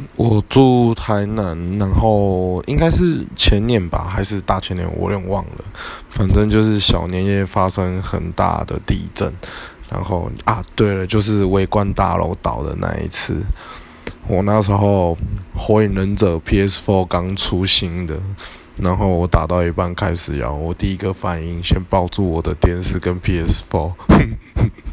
我住台南，然后应该是前年吧，还是大前年，我有点忘了。反正就是小年夜发生很大的地震，然后对了，就是微观大楼倒的那一次。我那时候《火影忍者》PS4 刚出新的，然后我打到一半开始摇，我第一个反应先抱住我的电视跟 PS4，